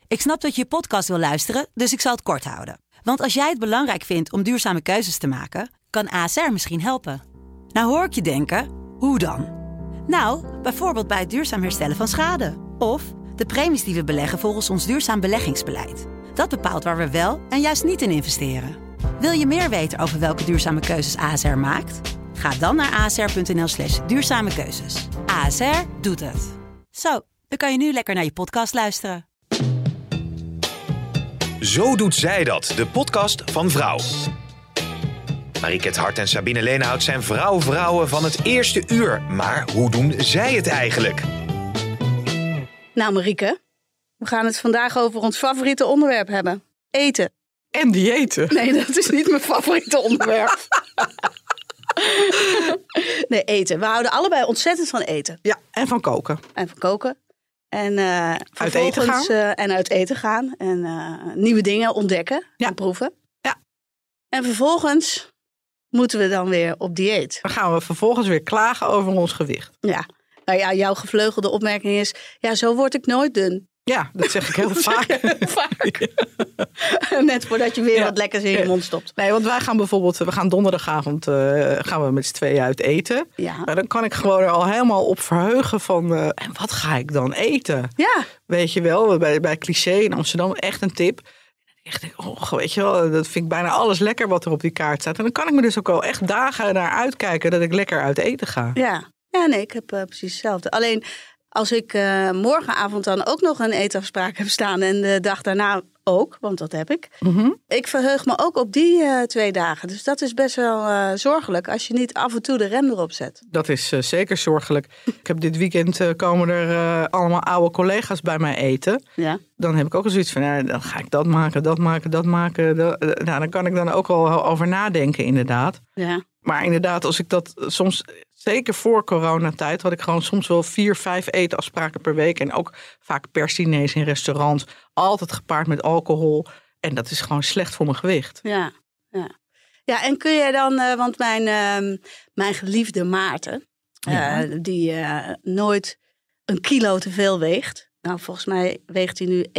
Ik snap dat je podcast wil luisteren, dus ik zal het kort houden. Want als jij het belangrijk vindt om duurzame keuzes te maken, kan ASR misschien helpen. Nou hoor ik je denken, hoe dan? Nou, bijvoorbeeld bij het duurzaam herstellen van schade. Of de premies die we beleggen volgens ons duurzaam beleggingsbeleid. Dat bepaalt waar we wel en juist niet in investeren. Wil je meer weten over welke duurzame keuzes ASR maakt? Ga dan naar asr.nl/duurzame keuzes. ASR doet het. Zo, dan kan je nu lekker naar je podcast luisteren. Zo doet zij dat, de podcast van Vrouw. Mariket Hart en Sabine Leenhout zijn vrouwen van het eerste uur. Maar hoe doen zij het eigenlijk? Nou Marieke, we gaan het vandaag over ons favoriete onderwerp hebben. Eten. En diëten. Nee, dat is niet mijn favoriete onderwerp. Nee, eten. We houden allebei ontzettend van eten. Ja, en van koken. En van koken. En uit eten gaan. En uit eten gaan. En nieuwe dingen ontdekken en proeven. Ja. En vervolgens moeten we dan weer op dieet. Dan gaan we vervolgens weer klagen over ons gewicht. Ja. Nou ja, jouw gevleugelde opmerking is, ja, zo word ik nooit dun. Ja, dat zeg ik heel vaak. Net voordat je weer wat lekkers in je mond stopt. Nee, want wij gaan bijvoorbeeld, we gaan donderdagavond gaan we met z'n tweeën uit eten. Ja. Maar dan kan ik gewoon er al helemaal op verheugen van, en wat ga ik dan eten? Ja. Weet je wel, bij Cliché in Amsterdam echt een tip. Echt, weet je wel, dat vind ik bijna alles lekker wat er op die kaart staat. En dan kan ik me dus ook al echt dagen naar uitkijken dat ik lekker uit eten ga. Ja, nee, ik heb precies hetzelfde. Alleen als ik morgenavond dan ook nog een eetafspraak heb staan en de dag daarna ook, want dat heb ik. Mm-hmm. Ik verheug me ook op die 2 dagen. Dus dat is best wel zorgelijk als je niet af en toe de rem erop zet. Dat is zeker zorgelijk. Ik heb dit weekend komen er allemaal oude collega's bij mij eten. Ja. Dan heb ik ook zoiets van, ja, dan ga ik dat maken. Dan kan ik dan ook al over nadenken inderdaad. Ja. Maar inderdaad, als ik dat soms, zeker voor coronatijd, had ik gewoon soms wel 4-5 eetafspraken per week. En ook vaak per diners in restaurants. Altijd gepaard met alcohol. En dat is gewoon slecht voor mijn gewicht. Ja. Ja, en kun jij dan, want mijn geliefde Maarten, die nooit 1 kilo te veel weegt. Nou, volgens mij weegt hij nu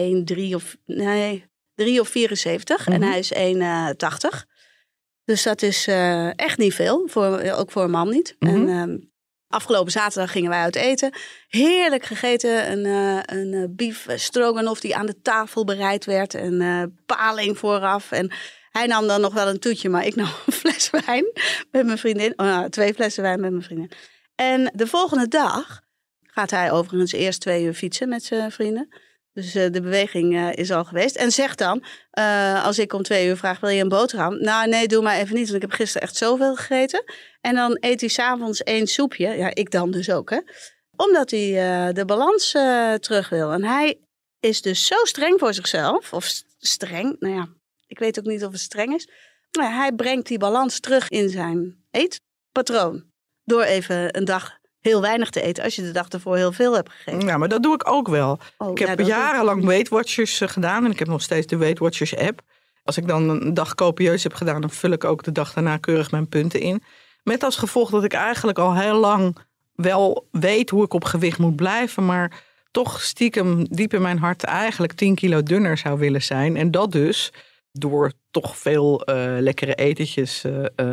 3 of 74 en hij is 1,80. Dus dat is echt niet veel, ook voor een man niet. Mm-hmm. En afgelopen zaterdag gingen wij uit eten. Heerlijk gegeten, een beef stroganoff die aan de tafel bereid werd. En paling vooraf. En hij nam dan nog wel een toetje, maar ik nam een fles wijn met mijn vriendin. 2 flessen wijn met mijn vriendin. En de volgende dag gaat hij overigens eerst 2 uur fietsen met zijn vrienden. Dus de beweging is al geweest. En zegt dan, als ik om 2 uur vraag, wil je een boterham? Nou nee, doe maar even niet, want ik heb gisteren echt zoveel gegeten. En dan eet hij 's avonds 1 soepje. Ja, ik dan dus ook, hè. Omdat hij de balans terug wil. En hij is dus zo streng voor zichzelf. Of streng, nou ja, ik weet ook niet of het streng is. Maar ja, hij brengt die balans terug in zijn eetpatroon. Door even een dag heel weinig te eten als je de dag ervoor heel veel hebt gegeten. Ja, maar dat doe ik ook wel. Ik heb jarenlang Weight Watchers gedaan. En ik heb nog steeds de Weight Watchers app. Als ik dan een dag copieus heb gedaan, dan vul ik ook de dag daarna keurig mijn punten in. Met als gevolg dat ik eigenlijk al heel lang wel weet hoe ik op gewicht moet blijven. Maar toch stiekem diep in mijn hart eigenlijk 10 kilo dunner zou willen zijn. En dat dus door toch veel lekkere etentjes.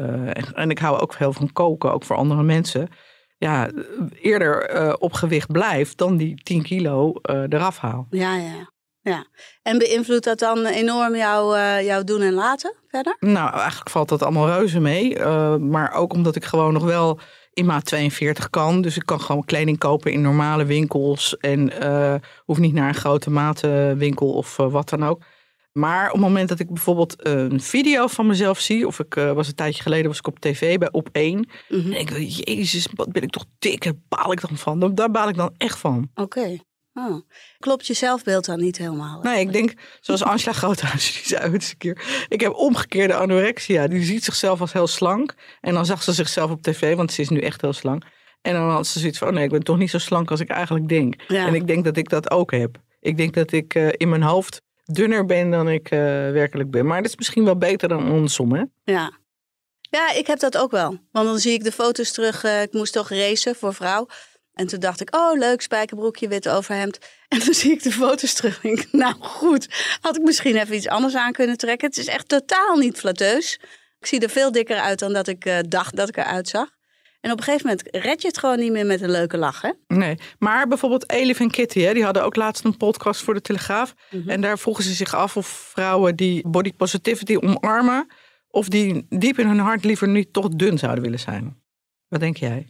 En ik hou ook heel van koken, ook voor andere mensen. Ja, eerder op gewicht blijf dan die 10 kilo eraf haal. Ja. En beïnvloedt dat dan enorm jouw doen en laten verder? Nou, eigenlijk valt dat allemaal reuze mee. Maar ook omdat ik gewoon nog wel in maat 42 kan. Dus ik kan gewoon kleding kopen in normale winkels. En hoef niet naar een grote matenwinkel of wat dan ook. Maar op het moment dat ik bijvoorbeeld een video van mezelf zie, of ik was een tijdje geleden was ik op tv bij Op 1. Mm-hmm. En ik denk, jezus, wat ben ik toch dik, daar baal ik dan van. Daar baal ik dan echt van. Oké. Oh. Klopt je zelfbeeld dan niet helemaal? Nee, ik denk, zoals Angela Groothuis, die zei eens een keer, ik heb omgekeerde anorexia. Die ziet zichzelf als heel slank. En dan zag ze zichzelf op tv, want ze is nu echt heel slank. En dan had ze zoiets van, nee, ik ben toch niet zo slank als ik eigenlijk denk. Ja. En ik denk dat ik dat ook heb. Ik denk dat ik in mijn hoofd dunner ben dan ik werkelijk ben. Maar dat is misschien wel beter dan andersom, hè? Ja, ik heb dat ook wel. Want dan zie ik de foto's terug. Ik moest toch racen voor Vrouw. En toen dacht ik, oh leuk, spijkerbroekje, wit overhemd. En dan zie ik de foto's terug en denk, nou goed, had ik misschien even iets anders aan kunnen trekken. Het is echt totaal niet flatteus. Ik zie er veel dikker uit dan dat ik dacht dat ik eruit zag. En op een gegeven moment red je het gewoon niet meer met een leuke lach, hè? Nee, maar bijvoorbeeld Elif en Kitty, hè, die hadden ook laatst een podcast voor de Telegraaf. Mm-hmm. En daar vroegen ze zich af of vrouwen die body positivity omarmen, of die diep in hun hart liever niet toch dun zouden willen zijn. Wat denk jij?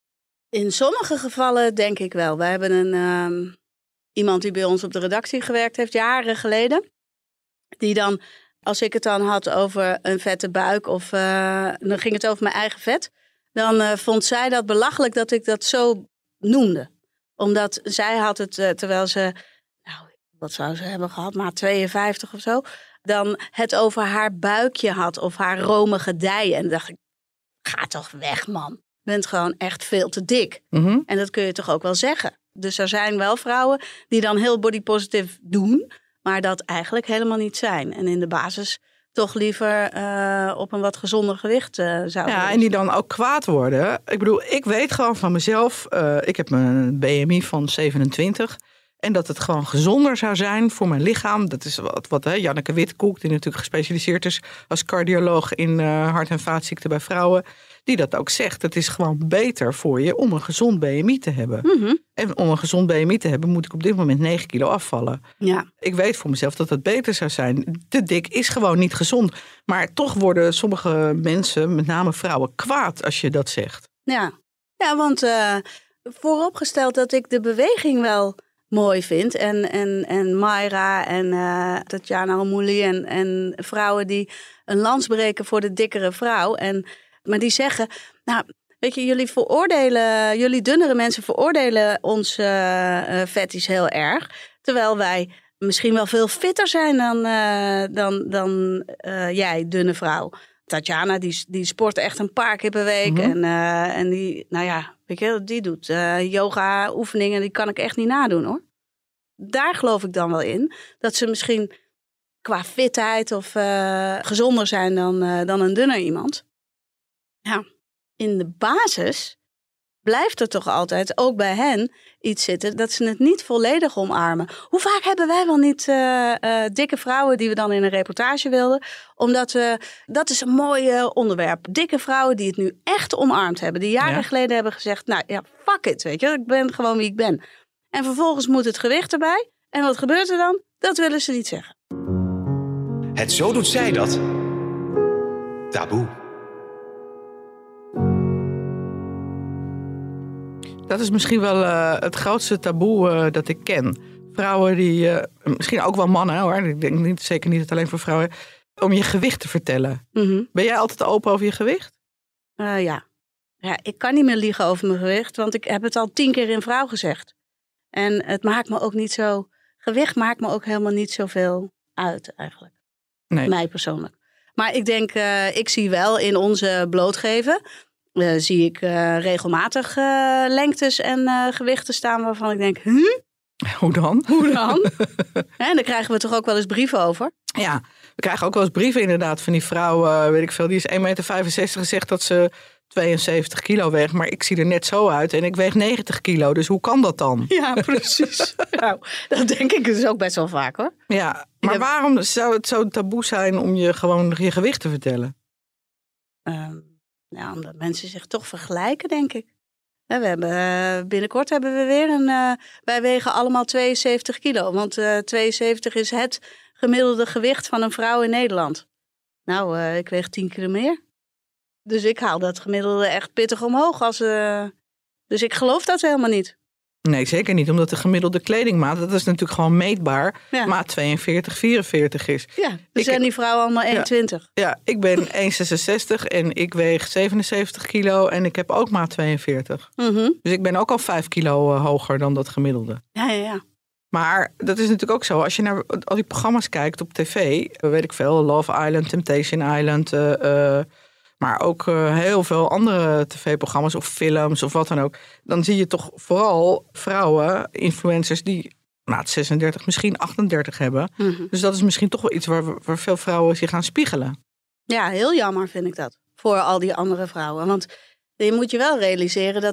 In sommige gevallen denk ik wel. We hebben iemand die bij ons op de redactie gewerkt heeft, jaren geleden. Die dan, als ik het dan had over een vette buik, of dan ging het over mijn eigen vet. Dan vond zij dat belachelijk dat ik dat zo noemde. Omdat zij had het, terwijl ze, nou, wat zou ze hebben gehad, maar 52 of zo. Dan het over haar buikje had of haar romige dijen. En dan dacht ik, ga toch weg, man. Je bent gewoon echt veel te dik. Mm-hmm. En dat kun je toch ook wel zeggen. Dus er zijn wel vrouwen die dan heel body positive doen, maar dat eigenlijk helemaal niet zijn. En in de basis toch liever op een wat gezonder gewicht zouden. Ja, en die dan ook kwaad worden. Ik bedoel, ik weet gewoon van mezelf, ik heb een BMI van 27... En dat het gewoon gezonder zou zijn voor mijn lichaam. Dat is wat Janneke Witkoek, die natuurlijk gespecialiseerd is als cardioloog in hart- en vaatziekten bij vrouwen, die dat ook zegt. Het is gewoon beter voor je om een gezond BMI te hebben. Mm-hmm. En om een gezond BMI te hebben moet ik op dit moment 9 kilo afvallen. Ja. Ik weet voor mezelf dat het beter zou zijn. Te dik is gewoon niet gezond. Maar toch worden sommige mensen, met name vrouwen, kwaad als je dat zegt. Ja, want vooropgesteld dat ik de beweging wel mooi vind. En Mayra en Tatjana Almouli en vrouwen die een lans breken voor de dikkere vrouw. Maar die zeggen, nou, weet je, jullie dunnere mensen veroordelen ons vetties heel erg. Terwijl wij misschien wel veel fitter zijn dan jij, dunne vrouw. Tatjana, die sport echt een paar keer per week. Mm-hmm. En die, nou ja, weet je, die doet yoga oefeningen, die kan ik echt niet nadoen, hoor. Daar geloof ik dan wel in. Dat ze misschien qua fitheid of gezonder zijn dan een dunner iemand. Ja, in de basis blijft er toch altijd, ook bij hen, iets zitten dat ze het niet volledig omarmen. Hoe vaak hebben wij wel niet dikke vrouwen die we dan in een reportage wilden? Omdat dat is een mooi onderwerp. Dikke vrouwen die het nu echt omarmd hebben. Die jaren geleden hebben gezegd, nou ja, fuck it, weet je. Ik ben gewoon wie ik ben. En vervolgens moet het gewicht erbij. En wat gebeurt er dan? Dat willen ze niet zeggen. Het Zo Doet Zij Dat. Taboe. Dat is misschien wel het grootste taboe dat ik ken. Vrouwen die, misschien ook wel mannen hoor. Ik denk zeker niet alleen voor vrouwen. Om je gewicht te vertellen. Mm-hmm. Ben jij altijd open over je gewicht? Ja, ik kan niet meer liegen over mijn gewicht. Want ik heb het al 10 keer in Vrouw gezegd. En het maakt me ook niet zo. Gewicht maakt me ook helemaal niet zoveel uit eigenlijk. Nee. Mij persoonlijk. Maar ik denk, ik zie wel in onze blootgeven, zie ik regelmatig lengtes en gewichten staan waarvan ik denk, Hoe dan? En daar krijgen we toch ook wel eens brieven over? Ja, we krijgen ook wel eens brieven inderdaad van die vrouw, weet ik veel, die is 1,65 meter en zegt dat ze 72 kilo weegt, maar ik zie er net zo uit en ik weeg 90 kilo, dus hoe kan dat dan? Ja, precies. Nou, dat denk ik dus ook best wel vaak, hoor. Ja, maar waarom zou het zo taboe zijn om je gewoon je gewicht te vertellen? Omdat mensen zich toch vergelijken, denk ik. Binnenkort hebben we weer wij wegen allemaal 72 kilo, want 72 is het gemiddelde gewicht van een vrouw in Nederland. Nou, ik weeg 10 kilo meer. Dus ik haal dat gemiddelde echt pittig omhoog. Dus ik geloof dat helemaal niet. Nee, zeker niet. Omdat de gemiddelde kledingmaat, dat is natuurlijk gewoon meetbaar. Ja. Maat 42, 44 is. Ja, dus zijn die vrouwen allemaal 1,20. Ja, ik ben 1,66 en ik weeg 77 kilo en ik heb ook maat 42. Mm-hmm. Dus ik ben ook al 5 kilo hoger dan dat gemiddelde. Ja. Maar dat is natuurlijk ook zo. Als je naar al die programma's kijkt op tv, weet ik veel, Love Island, Temptation Island, maar ook heel veel andere tv-programma's of films of wat dan ook. Dan zie je toch vooral vrouwen, influencers die maat 36, misschien 38 hebben. Mm-hmm. Dus dat is misschien toch wel iets waar veel vrouwen zich gaan spiegelen. Ja, heel jammer vind ik dat. Voor al die andere vrouwen. Want je moet je wel realiseren dat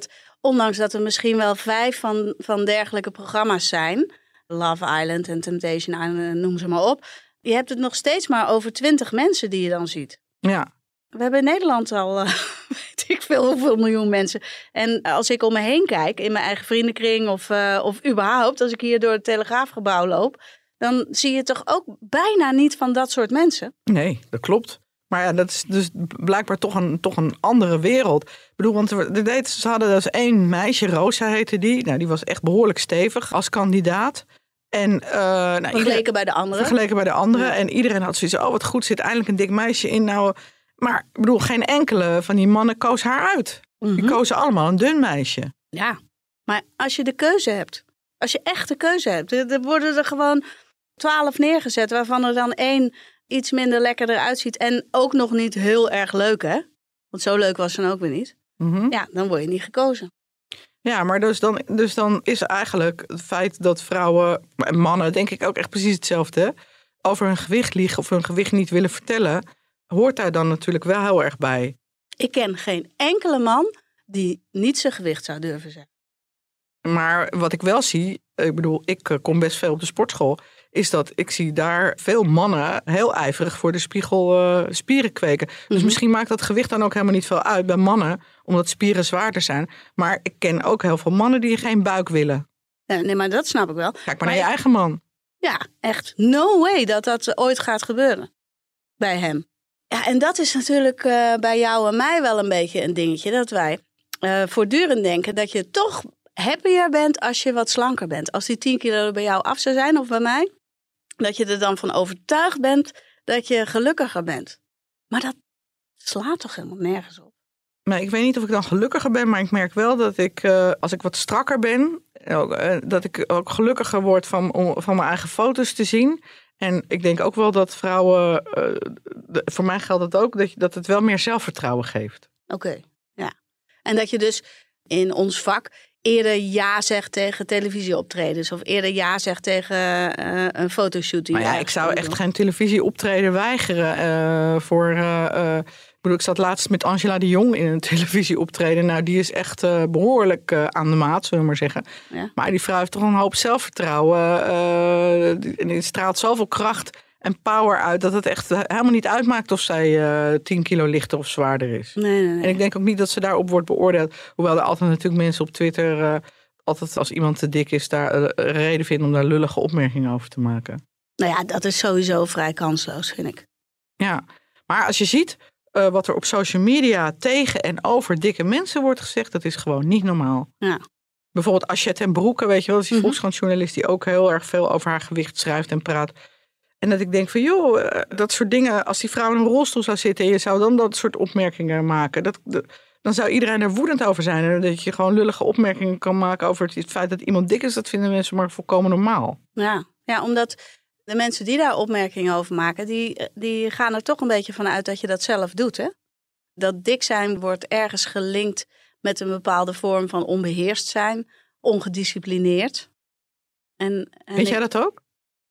ondanks dat er misschien wel 5 van dergelijke programma's zijn, Love Island en Temptation Island, noem ze maar op. Je hebt het nog steeds maar over 20 mensen die je dan ziet. Ja. We hebben in Nederland al, weet ik veel, hoeveel miljoen mensen. En als ik om me heen kijk, in mijn eigen vriendenkring of überhaupt, als ik hier door het Telegraafgebouw loop, dan zie je toch ook bijna niet van dat soort mensen. Nee, dat klopt. Maar ja, dat is dus blijkbaar toch een andere wereld. Ik bedoel, want ze hadden dus 1 meisje, Rosa heette die. Nou, die was echt behoorlijk stevig als kandidaat. En, vergeleken bij de anderen. Ja. En iedereen had zoiets, wat goed, zit eindelijk een dik meisje in. Nou, maar ik bedoel, geen enkele van die mannen koos haar uit. Die kozen allemaal een dun meisje. Ja, maar als je de keuze hebt. Als je echt de keuze hebt. Er worden er gewoon 12 neergezet. Waarvan er dan 1 iets minder lekker eruit ziet. En ook nog niet heel erg leuk, hè? Want zo leuk was ze dan ook weer niet. Ja, dan word je niet gekozen. Ja, maar dus dan is eigenlijk het feit dat vrouwen en mannen, denk ik ook echt precies hetzelfde, hè, over hun gewicht liegen of hun gewicht niet willen vertellen, hoort daar dan natuurlijk wel heel erg bij. Ik ken geen enkele man die niet zijn gewicht zou durven zeggen. Maar wat ik wel zie, ik bedoel, ik kom best veel op de sportschool, is dat ik zie daar veel mannen heel ijverig voor de spiegel spieren kweken. Dus misschien maakt dat gewicht dan ook helemaal niet veel uit bij mannen, omdat spieren zwaarder zijn. Maar ik ken ook heel veel mannen die geen buik willen. Nee, maar dat snap ik wel. Kijk maar naar je eigen man. Ja, echt no way dat ooit gaat gebeuren bij hem. Ja, en dat is natuurlijk bij jou en mij wel een beetje een dingetje, dat wij voortdurend denken dat je toch happier bent als je wat slanker bent. Als die 10 kilo bij jou af zou zijn of bij mij, dat je er dan van overtuigd bent dat je gelukkiger bent. Maar dat slaat toch helemaal nergens op? Maar ik weet niet of ik dan gelukkiger ben, maar ik merk wel dat ik, als ik wat strakker ben, dat ik ook gelukkiger word van mijn eigen foto's te zien. En ik denk ook wel dat vrouwen, voor mij geldt het ook, dat het wel meer zelfvertrouwen geeft. Oké, ja. En dat je dus in ons vak eerder ja zegt tegen televisieoptredens of eerder ja zegt tegen een fotoshoot. Maar ja, ik zou echt geen televisieoptreden weigeren ik zat laatst met Angela de Jong in een televisieoptreden. Nou, die is echt behoorlijk aan de maat, zullen we maar zeggen. Ja. Maar die vrouw heeft toch een hoop zelfvertrouwen. Die straalt zoveel kracht en power uit dat het echt helemaal niet uitmaakt of zij 10 kilo lichter of zwaarder is. Nee. En ik denk ook niet dat ze daarop wordt beoordeeld. Hoewel er altijd natuurlijk mensen op Twitter, altijd als iemand te dik is, daar reden vinden om daar lullige opmerkingen over te maken. Nou ja, dat is sowieso vrij kansloos, vind ik. Ja, maar als je ziet wat er op social media tegen en over dikke mensen wordt gezegd, dat is gewoon niet normaal. Ja. Bijvoorbeeld Asjet ten Broeke, weet je wel, dat is die Volkskrant-journalist die ook heel erg veel over haar gewicht schrijft en praat. En dat ik denk van, dat soort dingen, als die vrouw in een rolstoel zou zitten en je zou dan dat soort opmerkingen maken, dan zou iedereen er woedend over zijn. En dat je gewoon lullige opmerkingen kan maken over het feit dat iemand dik is, dat vinden mensen maar volkomen normaal. Ja, omdat de mensen die daar opmerkingen over maken, die gaan er toch een beetje van uit dat je dat zelf doet, hè? Dat dik zijn wordt ergens gelinkt met een bepaalde vorm van onbeheerst zijn, ongedisciplineerd. Weet jij dat ook?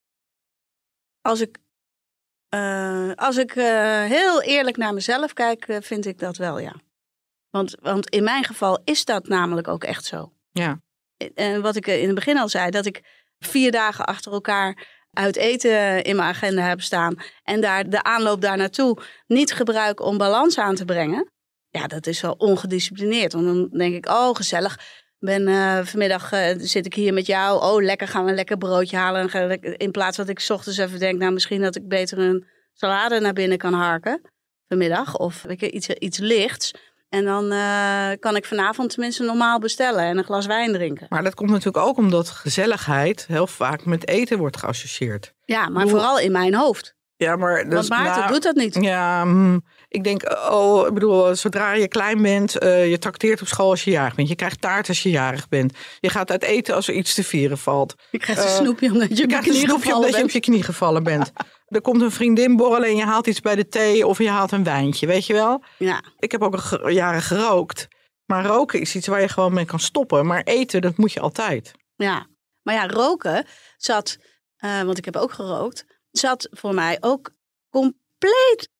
Als ik heel eerlijk naar mezelf kijk, vind ik dat wel, ja. Want in mijn geval is dat namelijk ook echt zo. Ja. En wat ik in het begin al zei, dat ik 4 dagen achter elkaar uit eten in mijn agenda heb staan en daar de aanloop daar naartoe niet gebruik om balans aan te brengen. Ja, dat is wel ongedisciplineerd. Want dan denk ik, gezellig. Vanmiddag zit ik hier met jou. Lekker, gaan we een lekker broodje halen. In plaats dat ik 's ochtends even denk, nou misschien dat ik beter een salade naar binnen kan harken. Vanmiddag. Of iets lichts. En dan kan ik vanavond tenminste normaal bestellen en een glas wijn drinken. Maar dat komt natuurlijk ook omdat gezelligheid heel vaak met eten wordt geassocieerd. Ja, maar vooral in mijn hoofd. Ja, maar want Maarten doet dat niet. Ja, ik denk, zodra je klein bent, je trakteert op school als je jarig bent. Je krijgt taart als je jarig bent. Je gaat uit eten als er iets te vieren valt. Je krijgt een snoepje omdat je op je knie gevallen bent. Er komt een vriendin borrelen en je haalt iets bij de thee of je haalt een wijntje, weet je wel? Ja. Ik heb ook jaren gerookt. Maar roken is iets waar je gewoon mee kan stoppen. Maar eten, dat moet je altijd. Ja, maar ja, roken zat, want ik heb ook gerookt, zat voor mij ook compleet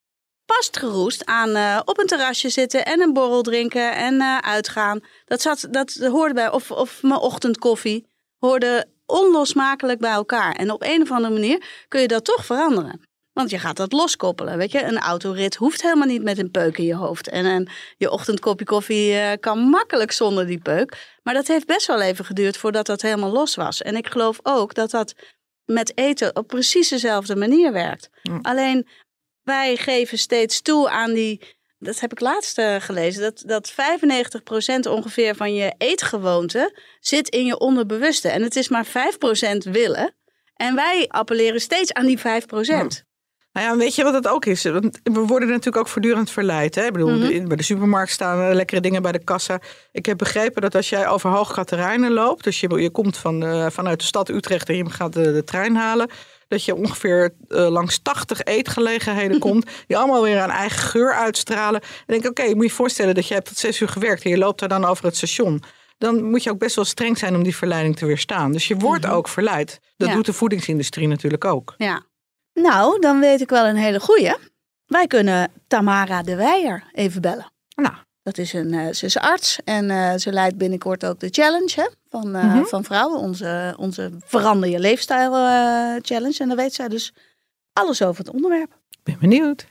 vastgeroest aan op een terrasje zitten en een borrel drinken en uitgaan. Dat hoorde bij, of mijn ochtendkoffie, hoorde onlosmakelijk bij elkaar. En op een of andere manier kun je dat toch veranderen. Want je gaat dat loskoppelen, weet je. Een autorit hoeft helemaal niet met een peuk in je hoofd. En je ochtendkopje koffie kan makkelijk zonder die peuk. Maar dat heeft best wel even geduurd voordat dat helemaal los was. En ik geloof ook dat met eten op precies dezelfde manier werkt. Ja. Alleen, wij geven steeds toe aan dat heb ik laatst gelezen, dat 95% ongeveer van je eetgewoonte zit in je onderbewuste. En het is maar 5% willen. En wij appelleren steeds aan die 5%. Ja. Nou ja, weet je wat het ook is? Want we worden natuurlijk ook voortdurend verleid. Hè? Ik bedoel, bij de supermarkt staan lekkere dingen bij de kassa. Ik heb begrepen dat als jij over Hoogkaterijnen loopt, dus je komt vanuit de stad Utrecht en je gaat de trein halen, dat je ongeveer langs 80 eetgelegenheden komt, die allemaal weer een eigen geur uitstralen. En denk oké, je moet je voorstellen dat je hebt tot 6 uur gewerkt en je loopt daar dan over het station. Dan moet je ook best wel streng zijn om die verleiding te weerstaan. Dus je wordt ook verleid. Dat doet de voedingsindustrie natuurlijk ook. Ja. Nou, dan weet ik wel een hele goeie. Wij kunnen Tamara de Weijer even bellen. Nou. Dat is ze is arts en ze leidt binnenkort ook de challenge van vrouwen. Onze Verander je Leefstijl challenge. En daar weet zij dus alles over het onderwerp. Ik ben benieuwd.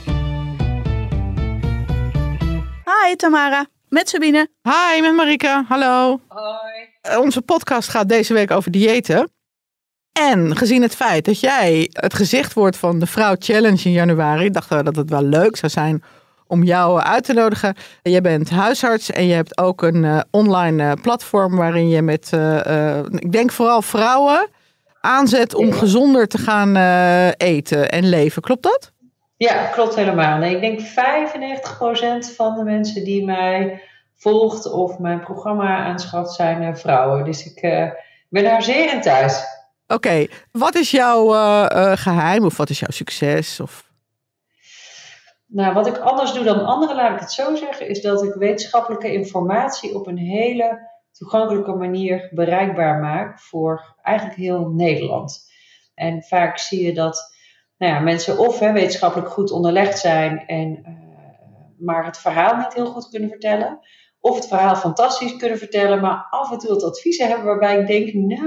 Hi Tamara, met Sabine. Hi, met Marika. Hallo. Hoi. Onze podcast gaat deze week over diëten. En gezien het feit dat jij het gezicht wordt van de Vrouw Challenge in januari, dachten we dat het wel leuk zou zijn om jou uit te nodigen. Je bent huisarts en je hebt ook een online platform waarin je met, ik denk vooral vrouwen, aanzet om gezonder te gaan eten en leven. Klopt dat? Ja, klopt helemaal. Nee, ik denk 95% van de mensen die mij volgt of mijn programma aanschaft zijn vrouwen. Dus ik ben daar zeer in thuis. Oké, wat is jouw geheim of wat is jouw succes? Nou, wat ik anders doe dan anderen, laat ik het zo zeggen, is dat ik wetenschappelijke informatie op een hele toegankelijke manier bereikbaar maak voor eigenlijk heel Nederland. En vaak zie je dat mensen of wetenschappelijk goed onderlegd zijn maar het verhaal niet heel goed kunnen vertellen. Of het verhaal fantastisch kunnen vertellen, maar af en toe wat adviezen hebben waarbij ik denk,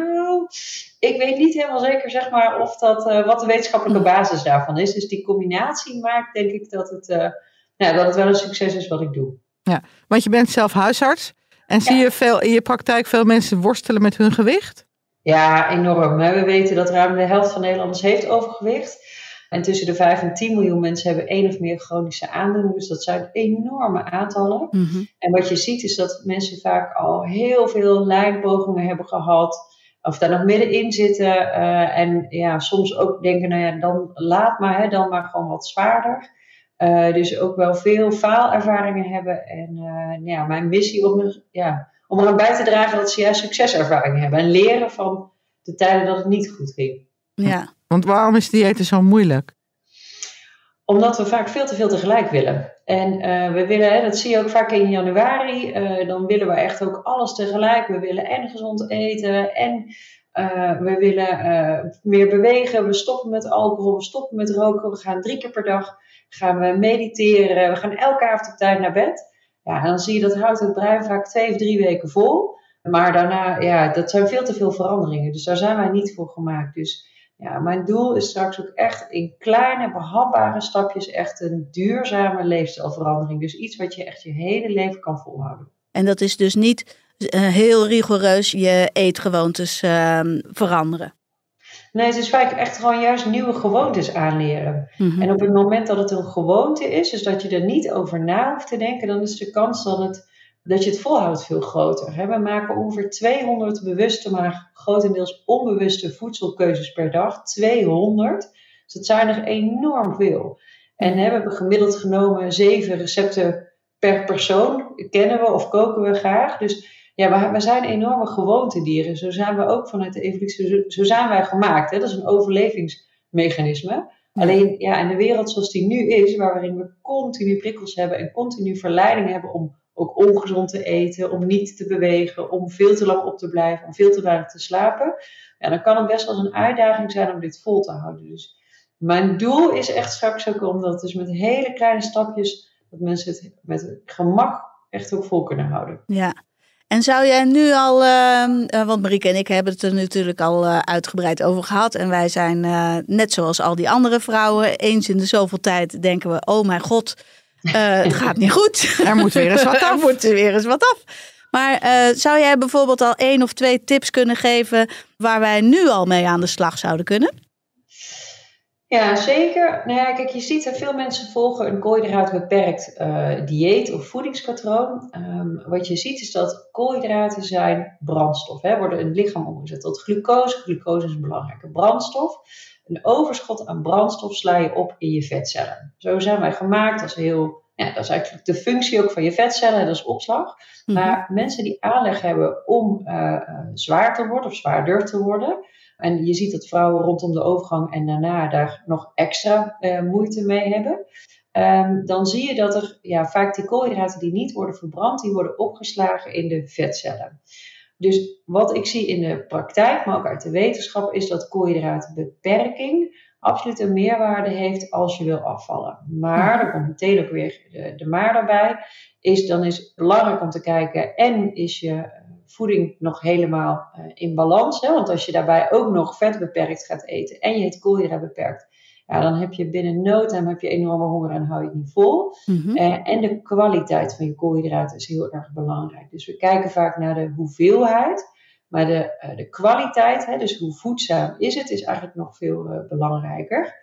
ik weet niet helemaal zeker of wat de wetenschappelijke basis daarvan is. Dus die combinatie maakt denk ik dat het wel een succes is wat ik doe. Ja, want je bent zelf huisarts en zie je veel in je praktijk veel mensen worstelen met hun gewicht? Ja, enorm. We weten dat ruim de helft van Nederlanders heeft overgewicht. En tussen de 5 en 10 miljoen mensen hebben 1 of meer chronische aandoeningen. Dus dat zijn enorme aantallen. Mm-hmm. En wat je ziet is dat mensen vaak al heel veel lijnpogingen hebben gehad. Of daar nog middenin zitten. En soms ook denken, dan laat maar. Dan maar gewoon wat zwaarder. Dus ook wel veel faalervaringen hebben. En mijn missie om eraan bij te dragen dat ze juist succeservaringen hebben. En leren van de tijden dat het niet goed ging. Ja. Want waarom is diëten zo moeilijk? Omdat we vaak veel te veel tegelijk willen. En we willen, dat zie je ook vaak in januari, dan willen we echt ook alles tegelijk. We willen en gezond eten en we willen meer bewegen. We stoppen met alcohol, we stoppen met roken. We gaan 3 keer per dag gaan we mediteren. We gaan elke avond op tijd naar bed. Ja, en dan zie je dat houdt het brein vaak 2 of 3 weken vol. Maar daarna, dat zijn veel te veel veranderingen. Dus daar zijn wij niet voor gemaakt. Dus mijn doel is straks ook echt in kleine, behapbare stapjes echt een duurzame leefstijlverandering. Dus iets wat je echt je hele leven kan volhouden. En dat is dus niet heel rigoureus je eetgewoontes veranderen? Nee, het is vaak echt gewoon juist nieuwe gewoontes aanleren. Mm-hmm. En op het moment dat het een gewoonte is, dus dat je er niet over na hoeft te denken, dan is de kans dat je het volhoudt veel groter. We maken ongeveer 200 bewuste, maar grotendeels onbewuste voedselkeuzes per dag. 200. Dus dat zijn er enorm veel. En we hebben gemiddeld genomen 7 recepten per persoon. Kennen we of koken we graag. Dus we zijn enorme gewoontedieren. Zo zijn we ook vanuit de evolutie. Zo zijn wij gemaakt. Dat is een overlevingsmechanisme. Alleen in de wereld zoals die nu is, waarin we continu prikkels hebben en continu verleidingen hebben om ook ongezond te eten, om niet te bewegen, om veel te lang op te blijven, om veel te weinig te slapen. Dan kan het best wel eens een uitdaging zijn om dit vol te houden. Dus mijn doel is echt straks ook omdat dus met hele kleine stapjes dat mensen het met gemak echt ook vol kunnen houden. Ja. En zou jij nu al, want Marieke en ik hebben het er natuurlijk al uitgebreid over gehad. En wij zijn net zoals al die andere vrouwen. Eens in de zoveel tijd denken we, oh mijn god, het gaat niet goed. Er moet weer eens wat af. Er moet weer eens wat af. Maar zou jij bijvoorbeeld al 1 of 2 tips kunnen geven waar wij nu al mee aan de slag zouden kunnen? Ja, zeker. Nou ja, kijk, je ziet dat veel mensen volgen een koolhydraatbeperkt dieet of voedingspatroon. Wat je ziet is dat koolhydraten zijn brandstof, worden in het lichaam omgezet tot glucose. Glucose is een belangrijke brandstof. Een overschot aan brandstof sla je op in je vetcellen. Zo zijn wij gemaakt. Dat is eigenlijk de functie ook van je vetcellen, dat is opslag. Mm-hmm. Maar mensen die aanleg hebben om zwaar te worden of zwaarder te worden. En je ziet dat vrouwen rondom de overgang en daarna daar nog extra moeite mee hebben. Dan zie je dat er vaak die koolhydraten die niet worden verbrand, die worden opgeslagen in de vetcellen. Dus wat ik zie in de praktijk, maar ook uit de wetenschap, is dat koolhydratenbeperking absoluut een meerwaarde heeft als je wil afvallen. Maar, er komt meteen ook weer de maar daarbij, dan is het belangrijk om te kijken en is je voeding nog helemaal in balans. Want als je daarbij ook nog vet beperkt gaat eten en je het koolhydraat beperkt, dan heb je binnen no time enorme honger en hou je het niet vol. Mm-hmm. En de kwaliteit van je koolhydraten is heel erg belangrijk. Dus we kijken vaak naar de hoeveelheid, maar de kwaliteit, dus hoe voedzaam is het, is eigenlijk nog veel belangrijker.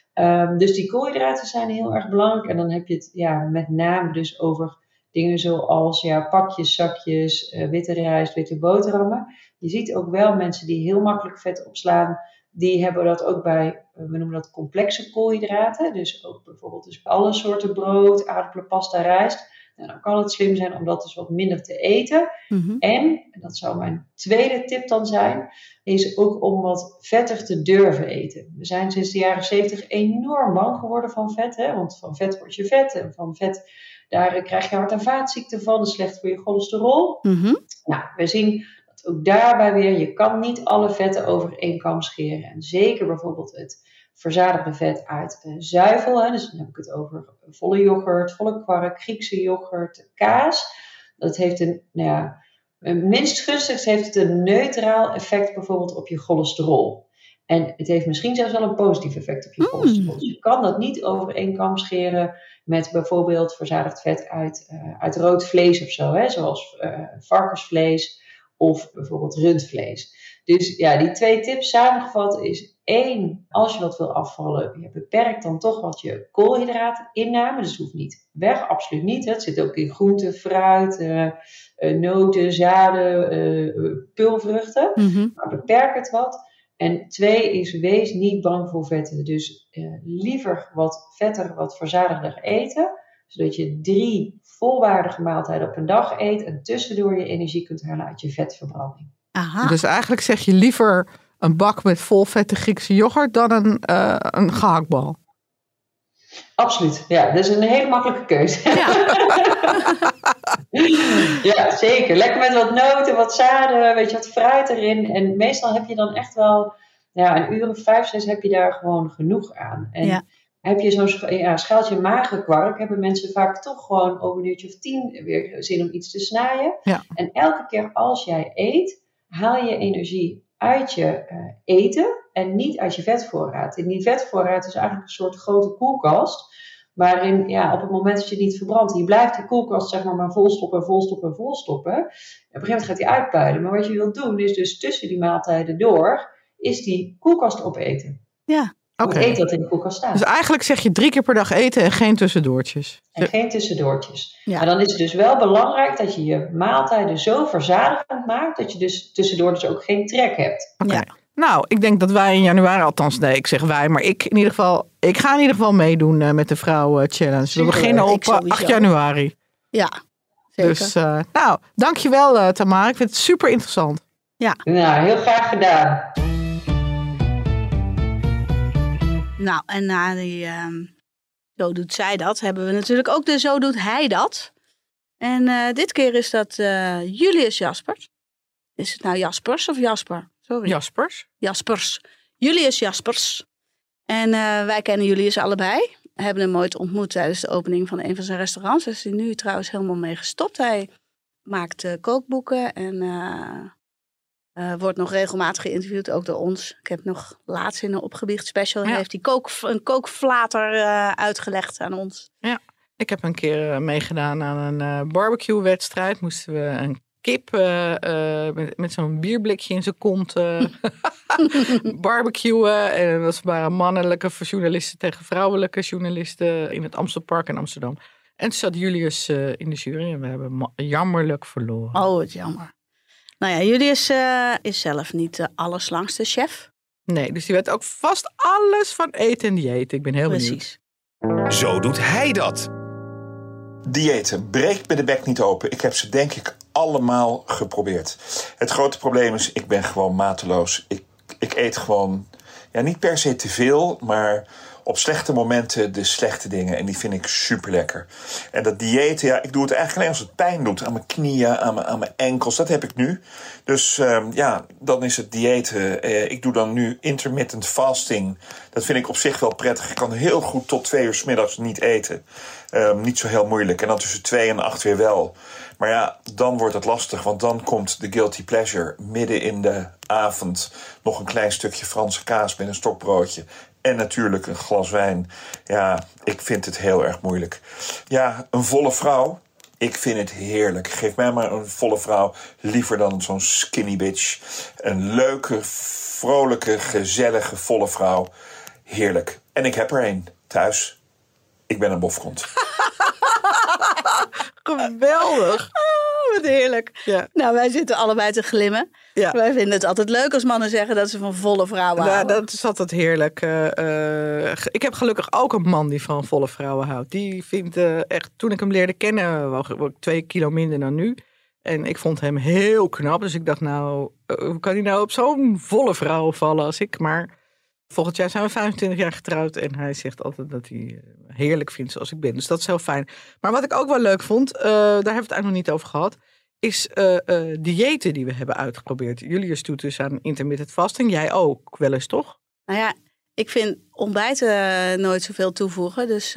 Dus die koolhydraten zijn heel erg belangrijk. En dan heb je het met name dus over dingen zoals pakjes, zakjes, witte rijst, witte boterhammen. Je ziet ook wel mensen die heel makkelijk vet opslaan. Die hebben dat ook bij, we noemen dat complexe koolhydraten. Dus ook bijvoorbeeld dus alle soorten brood, aardappelen, pasta, rijst. Nou, dan kan het slim zijn om dat dus wat minder te eten. Mm-hmm. En dat zou mijn tweede tip dan zijn, is ook om wat vettig te durven eten. We zijn sinds de jaren 70 enorm bang geworden van vet. Want van vet word je vet en van vet, daar krijg je hart- en vaatziekten van. Dat is slecht voor je cholesterol. Mm-hmm. Nou, we zien dat ook daarbij weer, je kan niet alle vetten over één kam scheren. En zeker bijvoorbeeld het verzadigde vet uit zuivel. Dus dan heb ik het over volle yoghurt, volle kwark, Griekse yoghurt, kaas. Dat heeft minst gunstigst heeft het een neutraal effect bijvoorbeeld op je cholesterol. En het heeft misschien zelfs wel een positief effect op je cholesterol. Dus je kan dat niet over één kam scheren met bijvoorbeeld verzadigd vet uit rood vlees of zo. Zoals varkensvlees of bijvoorbeeld rundvlees. Dus die 2 tips samengevat is 1, als je wat wil afvallen, beperk dan toch wat je koolhydraatinname. Dus het hoeft niet weg, absoluut niet. Het zit ook in groenten, fruit, noten, zaden, peulvruchten. Mm-hmm. Maar beperk het wat. En 2 is, wees niet bang voor vetten. Dus liever wat vetter, wat verzadigder eten. Zodat je 3 volwaardige maaltijden op een dag eet. En tussendoor je energie kunt halen uit je vetverbranding. Aha. Dus eigenlijk zeg je liever een bak met vol vette Griekse yoghurt dan een gehaktbal. Absoluut, dat is een hele makkelijke keuze. Ja, zeker. Lekker met wat noten, wat zaden, wat fruit erin. En meestal heb je dan echt wel, een uur of 5, 6 heb je daar gewoon genoeg aan. En heb je zo'n schaaltje magere kwark, hebben mensen vaak toch gewoon over een uurtje of 10 weer zin om iets te snijden. Ja. En elke keer als jij eet, haal je energie uit je eten en niet uit je vetvoorraad. En die vetvoorraad is eigenlijk een soort grote koelkast, waarin op het moment dat je niet verbrandt, je blijft die koelkast maar volstoppen. Op een gegeven moment gaat die uitpuilen. Maar wat je wilt doen is dus tussen die maaltijden door, is die koelkast opeten. Ja. Oké. Eet dat in de koelkast staan. Dus eigenlijk zeg je 3 keer per dag eten en geen tussendoortjes. En geen tussendoortjes. Ja. Maar dan is het dus wel belangrijk dat je je maaltijden zo verzadigend maakt, dat je dus tussendoor dus ook geen trek hebt. Oké. Ja. Nou, ik denk dat wij in januari, althans nee, ik zeg wij, maar ik ga in ieder geval meedoen met de Vrouw Challenge. We Super, beginnen op sowieso. 8 januari. Ja, zeker. Dus dankjewel Tamara. Ik vind het super interessant. Nou, heel graag gedaan. Nou, en na die Zo doet zij dat, hebben we natuurlijk ook de Zo doet hij dat. En dit keer is dat Julius Jaspers. Is het nou Jaspers of Jasper? Sorry. Jaspers. Jaspers. Julius Jaspers. En wij kennen Julius allebei. We hebben hem ooit ontmoet tijdens de opening van een van zijn restaurants. Daar is hij nu trouwens helemaal mee gestopt. Hij maakt kookboeken en wordt nog regelmatig geïnterviewd, ook door ons. Ik heb nog laatst in een opgebiecht special heeft hij een kookflater uitgelegd aan ons. Ja, ik heb een keer meegedaan aan een barbecue-wedstrijd. Moesten we een kip met zo'n bierblikje in zijn kont barbecuen. En dat waren mannelijke journalisten tegen vrouwelijke journalisten in het Amstelpark in Amsterdam. En toen zat Julius in de jury en we hebben jammerlijk verloren. Oh, wat jammer. Nou ja, Julius is zelf niet de allerslangste chef. Nee, dus die weet ook vast alles van eten en dieet. Ik ben heel benieuwd. Zo doet hij dat. Diëten, breek me de bek niet open. Ik heb ze denk ik allemaal geprobeerd. Het grote probleem is, ik ben gewoon mateloos. Ik eet gewoon, niet per se te veel, maar op slechte momenten de slechte dingen. En die vind ik super lekker. En dat diëten, ik doe het eigenlijk alleen als het pijn doet. Aan mijn knieën, aan mijn enkels. Dat heb ik nu. Dus dan is het diëten. Ik doe dan nu intermittent fasting. Dat vind ik op zich wel prettig. Ik kan heel goed tot 2 uur 's middags niet eten. Niet zo heel moeilijk. En dan tussen 2 en 8 weer wel. Maar dan wordt het lastig. Want dan komt de guilty pleasure. Midden in de avond nog een klein stukje Franse kaas met een stokbroodje. En natuurlijk een glas wijn. Ja, ik vind het heel erg moeilijk. Ja, een volle vrouw. Ik vind het heerlijk. Geef mij maar een volle vrouw. Liever dan zo'n skinny bitch. Een leuke, vrolijke, gezellige, volle vrouw. Heerlijk. En ik heb er een thuis. Ik ben een bofkont. Geweldig. Oh, wat heerlijk. Ja. Nou, wij zitten allebei te glimmen. Ja. Wij vinden het altijd leuk als mannen zeggen dat ze van volle vrouwen houden. Dat is altijd heerlijk. Ik heb gelukkig ook een man die van volle vrouwen houdt. Die vindt echt, toen ik hem leerde kennen, woog ik 2 kilo minder dan nu. En ik vond hem heel knap. Dus ik dacht hoe kan hij nou op zo'n volle vrouw vallen als ik? Maar volgend jaar zijn we 25 jaar getrouwd. En hij zegt altijd dat hij heerlijk vindt zoals ik ben. Dus dat is heel fijn. Maar wat ik ook wel leuk vond, daar hebben we het eigenlijk nog niet over gehad, is diëten die we hebben uitgeprobeerd. Julius doet dus aan intermittent fasting. Jij ook wel eens, toch? Nou ja, ik vind ontbijten nooit zoveel toevoegen. Dus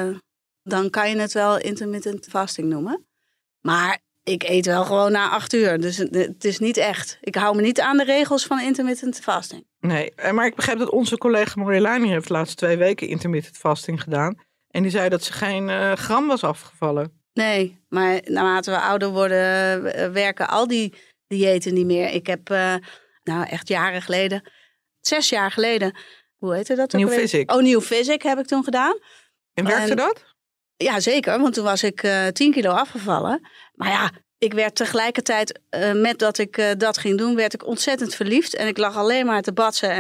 dan kan je het wel intermittent fasting noemen. Maar ik eet wel gewoon na 8 uur. Dus het is niet echt. Ik hou me niet aan de regels van intermittent fasting. Nee, maar ik begrijp dat onze collega Marjolein heeft de laatste 2 weken intermittent fasting gedaan. En die zei dat ze geen gram was afgevallen. Nee, maar naarmate we ouder worden, werken al die diëten niet meer. Ik heb echt jaren geleden, 6 jaar geleden, hoe heette dat ook? New Physic. Oh, New Physic heb ik toen gedaan. En werkte dat? Ja, zeker, want toen was ik 10 kilo afgevallen. Maar ja, ik werd tegelijkertijd, met dat ik dat ging doen, werd ik ontzettend verliefd. En ik lag alleen maar te batsen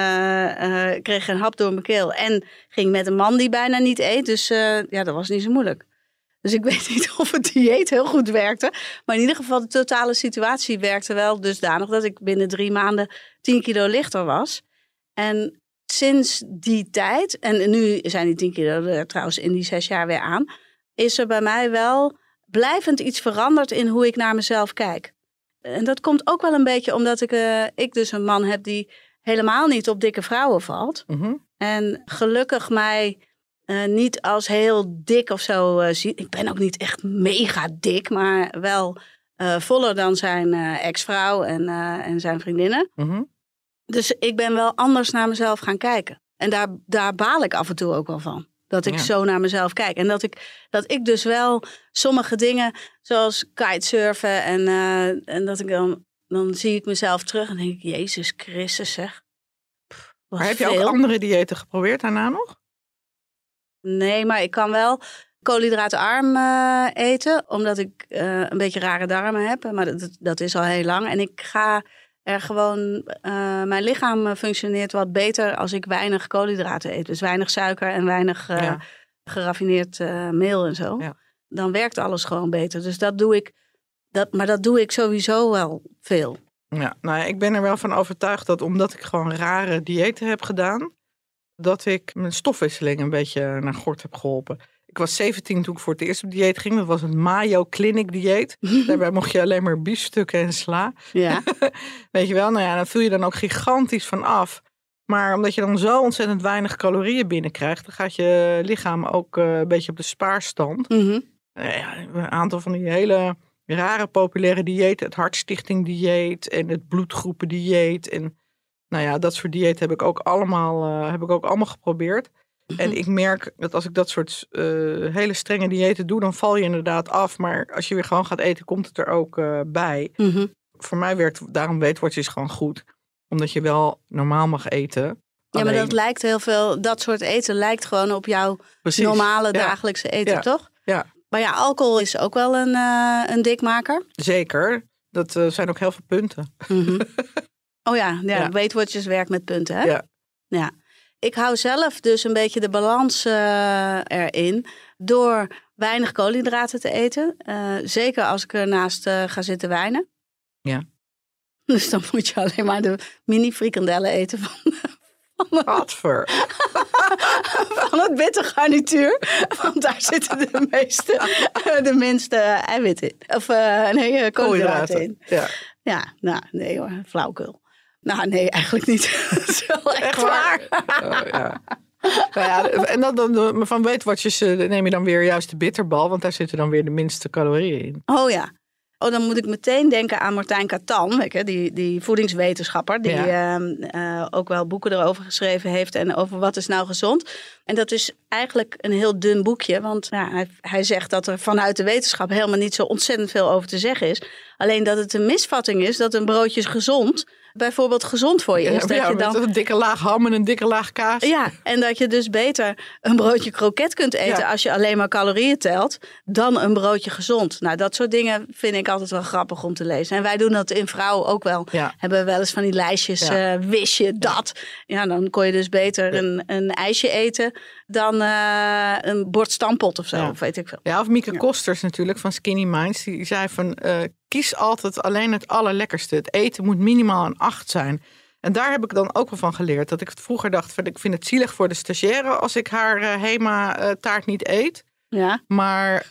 en kreeg een hap door mijn keel. En ging met een man die bijna niet eet. Dus dat was niet zo moeilijk. Dus ik weet niet of het dieet heel goed werkte. Maar in ieder geval de totale situatie werkte wel dusdanig dat ik binnen 3 maanden 10 kilo lichter was. En sinds die tijd, en nu zijn die 10 kilo er trouwens in die 6 jaar weer aan, is er bij mij wel blijvend iets veranderd in hoe ik naar mezelf kijk. En dat komt ook wel een beetje omdat ik dus een man heb die helemaal niet op dikke vrouwen valt. Mm-hmm. En gelukkig mij niet als heel dik of zo ziet. Ik ben ook niet echt mega dik, maar wel voller dan zijn ex-vrouw en zijn vriendinnen. Mm-hmm. Dus ik ben wel anders naar mezelf gaan kijken. En daar baal ik af en toe ook wel van. Dat ik zo naar mezelf kijk. En dat ik dus wel sommige dingen, zoals kitesurfen en dat ik dan zie ik mezelf terug en denk ik, Jezus Christus zeg. Maar heb je ook andere diëten geprobeerd daarna nog? Nee, maar ik kan wel koolhydraatarm eten, omdat ik een beetje rare darmen heb. Maar dat is al heel lang. En ik ga er gewoon, mijn lichaam functioneert wat beter als ik weinig koolhydraten eet. Dus weinig suiker en weinig geraffineerd meel en zo. Ja. Dan werkt alles gewoon beter. Dus dat doe ik. Maar dat doe ik sowieso wel veel. Ja, nou ja, ik ben er wel van overtuigd dat omdat ik gewoon rare diëten heb gedaan, dat ik mijn stofwisseling een beetje naar gort heb geholpen. Ik was 17 toen ik voor het eerst op dieet ging. Dat was een Mayo Clinic dieet. Daarbij mocht je alleen maar biefstukken en sla. Ja. Weet je wel, nou ja, daar viel je dan ook gigantisch van af. Maar omdat je dan zo ontzettend weinig calorieën binnenkrijgt, dan gaat je lichaam ook een beetje op de spaarstand. Mm-hmm. Een aantal van die hele rare populaire diëten, het Hartstichting-dieet en het bloedgroependieet. En nou ja, dat soort diëten heb ik ook allemaal geprobeerd. Mm-hmm. En ik merk dat als ik dat soort hele strenge diëten doe, dan val je inderdaad af. Maar als je weer gewoon gaat eten, komt het er ook bij. Mm-hmm. Voor mij werkt daarom Weight Watchers gewoon goed. Omdat je wel normaal mag eten. Ja, maar dat lijkt heel veel, dat soort eten lijkt gewoon op jouw normale dagelijkse eten, toch? Ja. Maar ja, alcohol is ook wel een dikmaker. Zeker. Dat zijn ook heel veel punten. Mm-hmm. Oh ja. Weight Watchers werkt met punten, hè? Ja. Ik hou zelf dus een beetje de balans erin door weinig koolhydraten te eten. Zeker als ik ernaast ga zitten wijnen. Ja. Dus dan moet je alleen maar de mini frikandellen eten van het bitter garnituur. Want daar zitten de minste eiwitten in. Of koolhydraten in. Ja, nou nee hoor, flauwkul. Nou nee, eigenlijk niet. Dat is wel echt waar. En dan van Weight Watchers neem je dan weer juist de bitterbal. Want daar zitten dan weer de minste calorieën in. Oh ja. Oh, dan moet ik meteen denken aan Martijn Catan, die voedingswetenschapper, die ook wel boeken erover geschreven heeft en over wat is nou gezond. En dat is eigenlijk een heel dun boekje, want hij zegt dat er vanuit de wetenschap helemaal niet zo ontzettend veel over te zeggen is. Alleen dat het een misvatting is dat een broodje gezond bijvoorbeeld gezond voor je is. Ja, met een dikke laag ham en een dikke laag kaas. Ja, en dat je dus beter een broodje kroket kunt eten als je alleen maar calorieën telt, dan een broodje gezond. Nou, dat soort dingen vind ik altijd wel grappig om te lezen. En wij doen dat in Vrouwen ook wel. Ja. Hebben we wel eens van die lijstjes, wist je dat? Ja, dan kon je dus beter een ijsje eten dan een bord stampot of zo, of weet ik veel. Ja, of Mieke Kosters natuurlijk van Skinny Minds, die zei van kies altijd alleen het allerlekkerste. Het eten moet minimaal een 8 zijn. En daar heb ik dan ook wel van geleerd. Dat ik vroeger dacht, ik vind het zielig voor de stagiaire als ik haar Hema-taart niet eet. Ja. Maar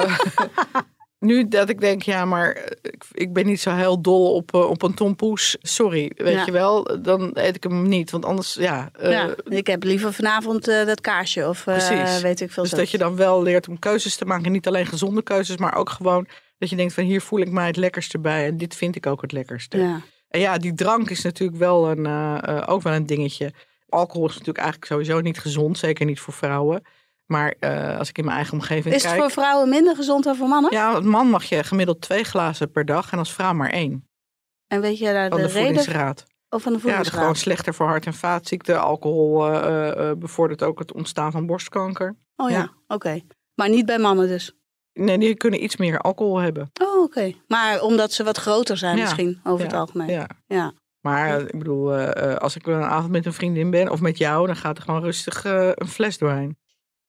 nu dat ik denk, ik ben niet zo heel dol op een tompoes. Sorry, weet je wel. Dan eet ik hem niet. Want anders, ik heb liever vanavond dat kaarsje of weet ik veel. Dus dat je dan wel leert om keuzes te maken. Niet alleen gezonde keuzes, maar ook gewoon dat je denkt van hier voel ik mij het lekkerste bij. En dit vind ik ook het lekkerste. Ja. En ja, die drank is natuurlijk wel ook wel een dingetje. Alcohol is natuurlijk eigenlijk sowieso niet gezond. Zeker niet voor vrouwen. Maar als ik in mijn eigen omgeving kijk... Is het voor vrouwen minder gezond dan voor mannen? Ja, als man mag je gemiddeld 2 glazen per dag. En als vrouw maar 1. En weet je daar de voedingsraad? Of van de voedingsraad? Ja, gewoon slechter voor hart- en vaatziekten. Alcohol bevordert ook het ontstaan van borstkanker. Oh ja. Oké. Maar niet bij mannen dus? Nee, die kunnen iets meer alcohol hebben. Oh, oké. Maar omdat ze wat groter zijn misschien, over het algemeen. Ja. Maar ik bedoel, als ik een avond met een vriendin ben of met jou, dan gaat er gewoon rustig een fles doorheen.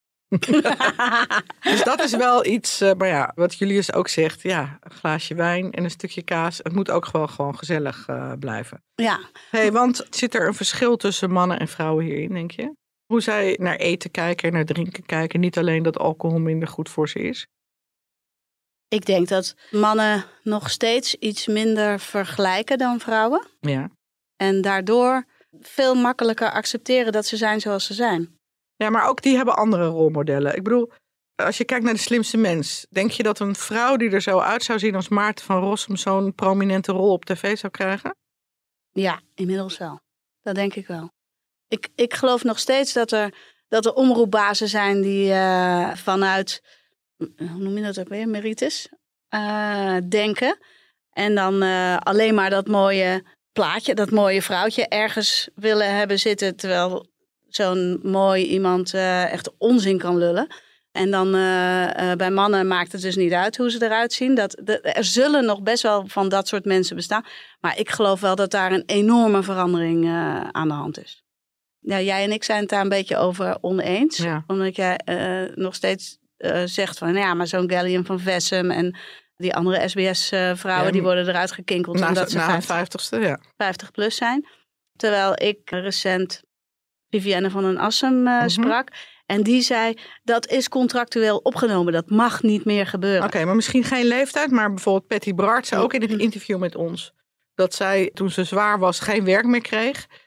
Dus dat is wel iets, maar wat Julius ook zegt, een glaasje wijn en een stukje kaas. Het moet ook gewoon gezellig blijven. Ja. Hey, want zit er een verschil tussen mannen en vrouwen hierin, denk je? Hoe zij naar eten kijken en naar drinken kijken. Niet alleen dat alcohol minder goed voor ze is. Ik denk dat mannen nog steeds iets minder vergelijken dan vrouwen. Ja. En daardoor veel makkelijker accepteren dat ze zijn zoals ze zijn. Ja, maar ook die hebben andere rolmodellen. Ik bedoel, als je kijkt naar De Slimste Mens, denk je dat een vrouw die er zo uit zou zien als Maarten van Rossum zo'n prominente rol op tv zou krijgen? Ja, inmiddels wel. Dat denk ik wel. Ik geloof nog steeds dat er omroepbazen zijn die vanuit, hoe noem je dat ook weer, merites, denken. En dan alleen maar dat mooie plaatje, dat mooie vrouwtje ergens willen hebben zitten, terwijl zo'n mooi iemand echt onzin kan lullen. En dan bij mannen maakt het dus niet uit hoe ze eruit zien. Er zullen nog best wel van dat soort mensen bestaan. Maar ik geloof wel dat daar een enorme verandering aan de hand is. Ja, jij en ik zijn het daar een beetje over oneens. Ja. Omdat jij nog steeds zegt van, maar zo'n Gallium van Vessem en die andere SBS-vrouwen, die worden eruit gekinkeld. Omdat ze 50 plus zijn. Terwijl ik recent Vivienne van den Assem sprak. En die zei, dat is contractueel opgenomen. Dat mag niet meer gebeuren. Oké, maar misschien geen leeftijd. Maar bijvoorbeeld Patty Bart zei ook in het interview met ons dat zij, toen ze zwaar was, geen werk meer kreeg.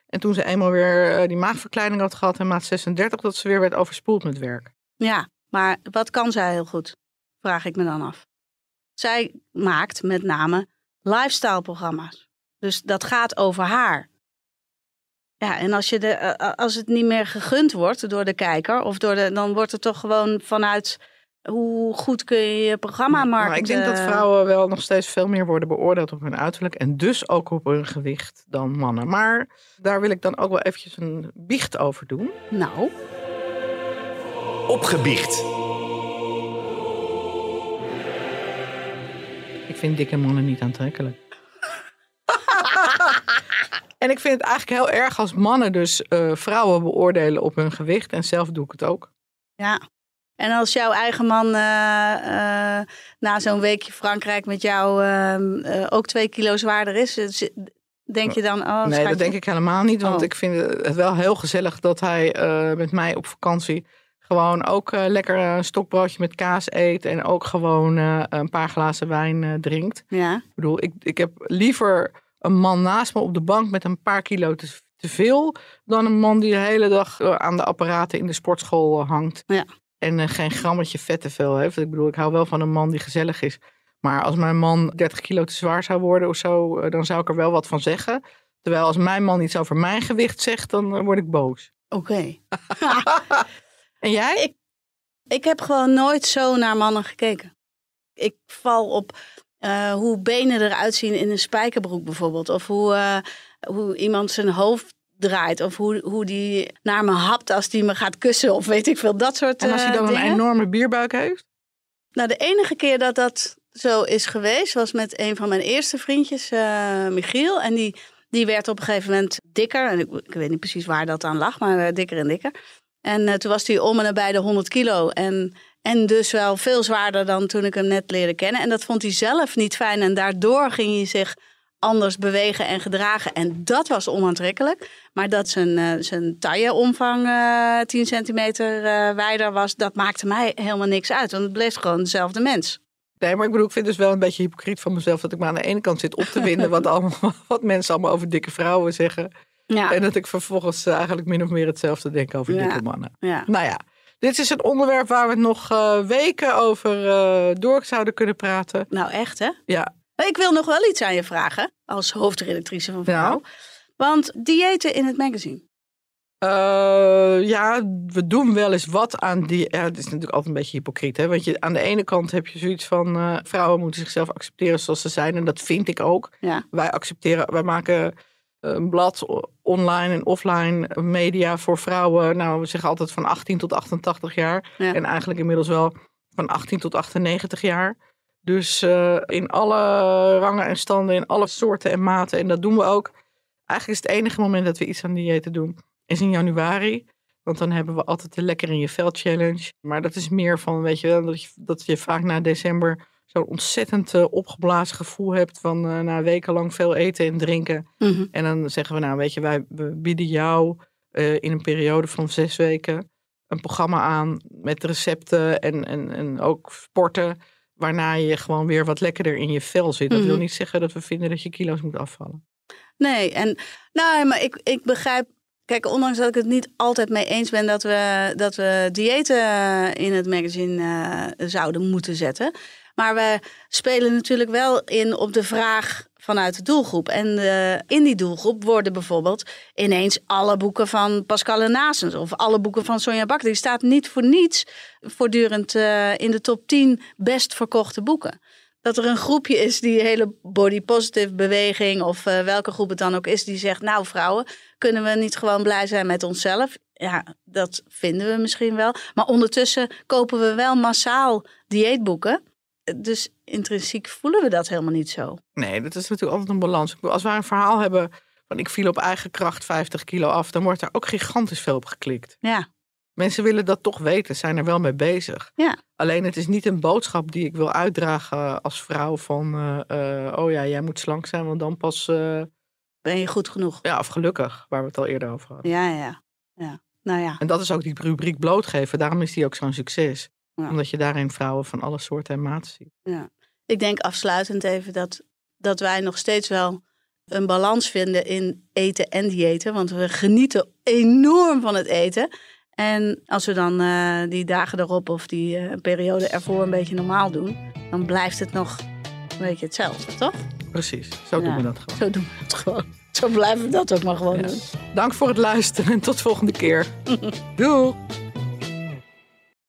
En toen ze eenmaal weer die maagverkleining had gehad en maat 36, dat ze weer werd overspoeld met werk. Ja, maar wat kan zij heel goed? Vraag ik me dan af. Zij maakt met name lifestyle-programma's. Dus dat gaat over haar. Ja, en als het niet meer gegund wordt door de kijker, dan wordt het toch gewoon vanuit hoe goed kun je je programma marketen. Maar ik denk dat vrouwen wel nog steeds veel meer worden beoordeeld op hun uiterlijk en dus ook op hun gewicht dan mannen. Maar daar wil ik dan ook wel eventjes een biecht over doen. Nou. Opgebiecht. Ik vind dikke mannen niet aantrekkelijk. En ik vind het eigenlijk heel erg als mannen dus vrouwen beoordelen op hun gewicht. En zelf doe ik het ook. Ja. En als jouw eigen man na zo'n weekje Frankrijk met jou ook 2 kilo zwaarder is, denk je dan... Nee, schatje? dat denk ik helemaal niet. Want ik vind het wel heel gezellig dat hij met mij op vakantie gewoon ook lekker een stokbroodje met kaas eet. En ook gewoon een paar glazen wijn drinkt. Ja. Ik bedoel, ik heb liever een man naast me op de bank met een paar kilo te veel dan een man die de hele dag aan de apparaten in de sportschool hangt. Ja. En geen grammetje vet te veel heeft. Ik bedoel, ik hou wel van een man die gezellig is. Maar als mijn man 30 kilo te zwaar zou worden of zo, dan zou ik er wel wat van zeggen. Terwijl als mijn man iets over mijn gewicht zegt, dan word ik boos. Oké. En jij? Ik heb gewoon nooit zo naar mannen gekeken. Ik val op hoe benen eruit zien in een spijkerbroek bijvoorbeeld. Of hoe iemand zijn hoofd draait. Of hoe die naar me hapt als die me gaat kussen. Of weet ik veel, dat soort En als hij dan dingen. een enorme bierbuik heeft? Nou, de enige keer dat zo is geweest, was met een van mijn eerste vriendjes, Michiel. En die werd op een gegeven moment dikker. En ik weet niet precies waar dat aan lag, maar dikker en dikker. En toen was hij om en nabij de 100 kilo. En dus wel veel zwaarder dan toen ik hem net leerde kennen. En dat vond hij zelf niet fijn. En daardoor ging hij zich anders bewegen en gedragen. En dat was onaantrekkelijk. Maar dat zijn tailleomvang 10 centimeter wijder was, dat maakte mij helemaal niks uit. Want het bleef gewoon dezelfde mens. Nee, maar ik bedoel, ik vind het dus wel een beetje hypocriet van mezelf dat ik me aan de ene kant zit op te winden wat mensen allemaal over dikke vrouwen zeggen. Ja. En dat ik vervolgens eigenlijk min of meer hetzelfde denk over dikke mannen. Ja. Nou ja, dit is een onderwerp waar we nog weken over door zouden kunnen praten. Nou echt, hè? Ja. Ik wil nog wel iets aan je vragen, als hoofdredactrice van Vrouw. Nou. Want diëten in het magazine. Ja, we doen wel eens wat aan die... Ja, het is natuurlijk altijd een beetje hypocriet, hè? Want aan de ene kant heb je zoiets van vrouwen moeten zichzelf accepteren zoals ze zijn. En dat vind ik ook. Ja. Wij maken een blad online en offline media voor vrouwen. Nou, we zeggen altijd van 18 tot 88 jaar. Ja. En eigenlijk inmiddels wel van 18 tot 98 jaar. Dus in alle rangen en standen, in alle soorten en maten. En dat doen we ook. Eigenlijk is het enige moment dat we iets aan diëten doen, is in januari. Want dan hebben we altijd de Lekker in je Vel challenge. Maar dat is meer van, weet je wel, dat je vaak na december zo'n ontzettend opgeblazen gevoel hebt van na wekenlang veel eten en drinken. Mm-hmm. En dan zeggen we, nou weet je, we bieden jou in een periode van 6 weken een programma aan met recepten en ook sporten, waarna je gewoon weer wat lekkerder in je vel zit. Dat wil niet zeggen dat we vinden dat je kilo's moet afvallen. Nee, maar ik begrijp. Kijk, ondanks dat ik het niet altijd mee eens ben dat we diëten in het magazine zouden moeten zetten. Maar we spelen natuurlijk wel in op de vraag vanuit de doelgroep. En in die doelgroep worden bijvoorbeeld ineens alle boeken van Pascal en Naessens of alle boeken van Sonja Bakker. Die staat niet voor niets voortdurend in de top 10 best verkochte boeken. Dat er een groepje is die hele body positive beweging of welke groep het dan ook is, die zegt, nou vrouwen, kunnen we niet gewoon blij zijn met onszelf? Ja, dat vinden we misschien wel. Maar ondertussen kopen we wel massaal dieetboeken. Dus intrinsiek voelen we dat helemaal niet zo. Nee, dat is natuurlijk altijd een balans. Als wij een verhaal hebben van ik viel op eigen kracht 50 kilo af, dan wordt daar ook gigantisch veel op geklikt. Ja. Mensen willen dat toch weten, zijn er wel mee bezig. Ja. Alleen het is niet een boodschap die ik wil uitdragen als vrouw van oh ja, jij moet slank zijn, want dan pas ben je goed genoeg. Ja, of gelukkig, waar we het al eerder over hadden. Ja. Nou ja. En dat is ook die rubriek blootgeven. Daarom is die ook zo'n succes. Ja. Omdat je daarin vrouwen van alle soorten en maten ziet. Ja. Ik denk afsluitend even dat wij nog steeds wel een balans vinden in eten en diëten. Want we genieten enorm van het eten. En als we dan die dagen erop of die periode ervoor een beetje normaal doen, dan blijft het nog een beetje hetzelfde, toch? Precies, zo doen we dat gewoon. Zo doen we het gewoon. Zo blijven we dat ook maar gewoon doen. Dank voor het luisteren en tot volgende keer. Doei!